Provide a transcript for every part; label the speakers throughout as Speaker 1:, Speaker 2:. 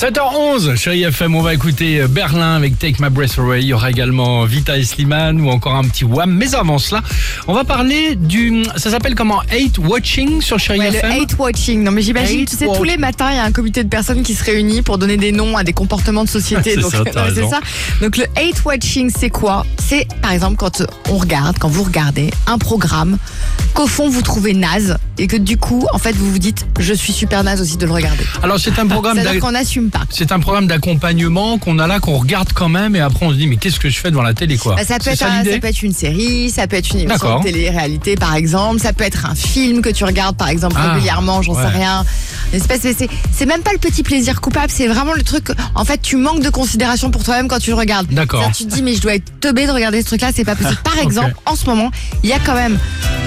Speaker 1: 7h11, chérie FM, on va écouter Berlin avec Take My Breath Away. Il y aura également Vita et Slimane ou encore un petit Wham. Mais avant cela, on va parler ça s'appelle comment? Hate Watching sur chérie FM.
Speaker 2: Le Hate Watching. Non mais j'imagine, tu sais, tous les matins, il y a un comité de personnes qui se réunit pour donner des noms à des comportements de société. Donc, c'est ça. Donc le Hate Watching, c'est quoi? C'est par exemple quand vous regardez un programme qu'au fond vous trouvez naze et que du coup, en fait, vous vous dites, je suis super naze aussi de le regarder.
Speaker 1: Alors c'est un programme
Speaker 2: C'est-à-dire qu'on n'assume pas.
Speaker 1: C'est un programme d'accompagnement qu'on a là, qu'on regarde quand même, et après on se dit mais qu'est-ce que je fais devant la télé quoi?
Speaker 2: Ça peut être une série, ça peut être une émission de télé-réalité par exemple, ça peut être un film que tu regardes par exemple régulièrement, j'en sais rien. C'est même pas le petit plaisir coupable, c'est vraiment le truc, en fait tu manques de considération pour toi-même quand tu le regardes.
Speaker 1: D'accord.
Speaker 2: Tu te dis mais je dois être teubé de regarder ce truc-là, c'est pas possible. Par exemple, en ce moment, il y a quand même,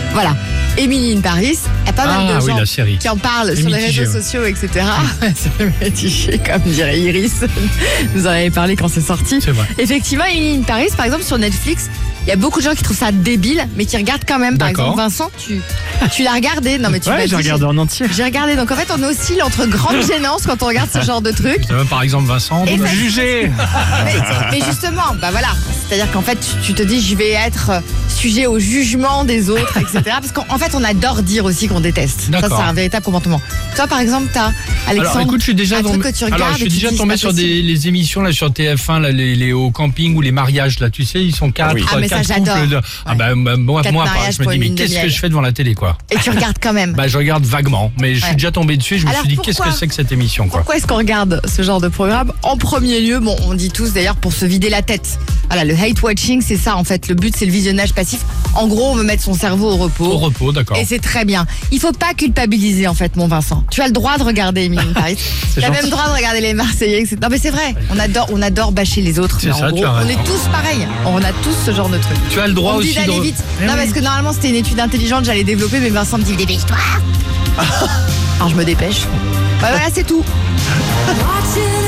Speaker 2: Emily in Paris, il y a pas mal de gens qui en parlent sur les réseaux sociaux, etc. C'est métiché, comme dirait Iris. Vous en avez parlé quand c'est sorti.
Speaker 1: C'est vrai.
Speaker 2: Effectivement, Emily in Paris, par exemple, sur Netflix, il y a beaucoup de gens qui trouvent ça débile, mais qui regardent quand même. Par exemple, Vincent, tu l'as regardé? Non, mais tu
Speaker 3: j'ai regardé en entier.
Speaker 2: J'ai regardé. Donc en fait, on oscille entre grande gênance quand on regarde ce genre de truc.
Speaker 1: Par exemple, Vincent, vous me jugez.
Speaker 2: Mais justement, c'est-à-dire qu'en fait, tu te dis, je vais être sujet au jugement des autres, etc. Parce qu'en fait, on adore dire aussi qu'on déteste. Ça, c'est un véritable comportement. Toi, par exemple, t'as, Alexandre,
Speaker 1: alors, écoute, je suis déjà tombé sur les émissions là sur TF1, là, les au camping ou les mariages là, tu sais, ils sont quatre couples.
Speaker 2: J'adore.
Speaker 1: Moi, je me dis mais qu'est-ce que je fais devant la télé quoi?
Speaker 2: Et tu regardes quand même?
Speaker 1: Je regarde vaguement, mais je suis déjà tombé dessus. Je me suis dit qu'est-ce que c'est que cette émission quoi?
Speaker 2: Pourquoi est-ce qu'on regarde ce genre de programme? En premier lieu, on dit tous d'ailleurs pour se vider la tête. Voilà, le hate watching, c'est ça en fait. Le but, c'est le visionnage passif. En gros, on veut mettre son cerveau au repos.
Speaker 1: Au repos, d'accord.
Speaker 2: Et c'est très bien. Il faut pas culpabiliser en fait, mon Vincent. Tu as le droit de regarder Emily in Paris. Tu as même le droit de regarder les Marseillais, etc. Non mais c'est vrai. On adore bâcher les autres.
Speaker 1: C'est ça,
Speaker 2: en gros, on est tous pareils. On a tous ce genre de truc.
Speaker 1: Tu as le droit aussi
Speaker 2: d'aller vite. Parce que normalement c'était une étude intelligente, j'allais développer, mais Vincent me dit dépêche-toi. Alors je me dépêche. Voilà, c'est tout.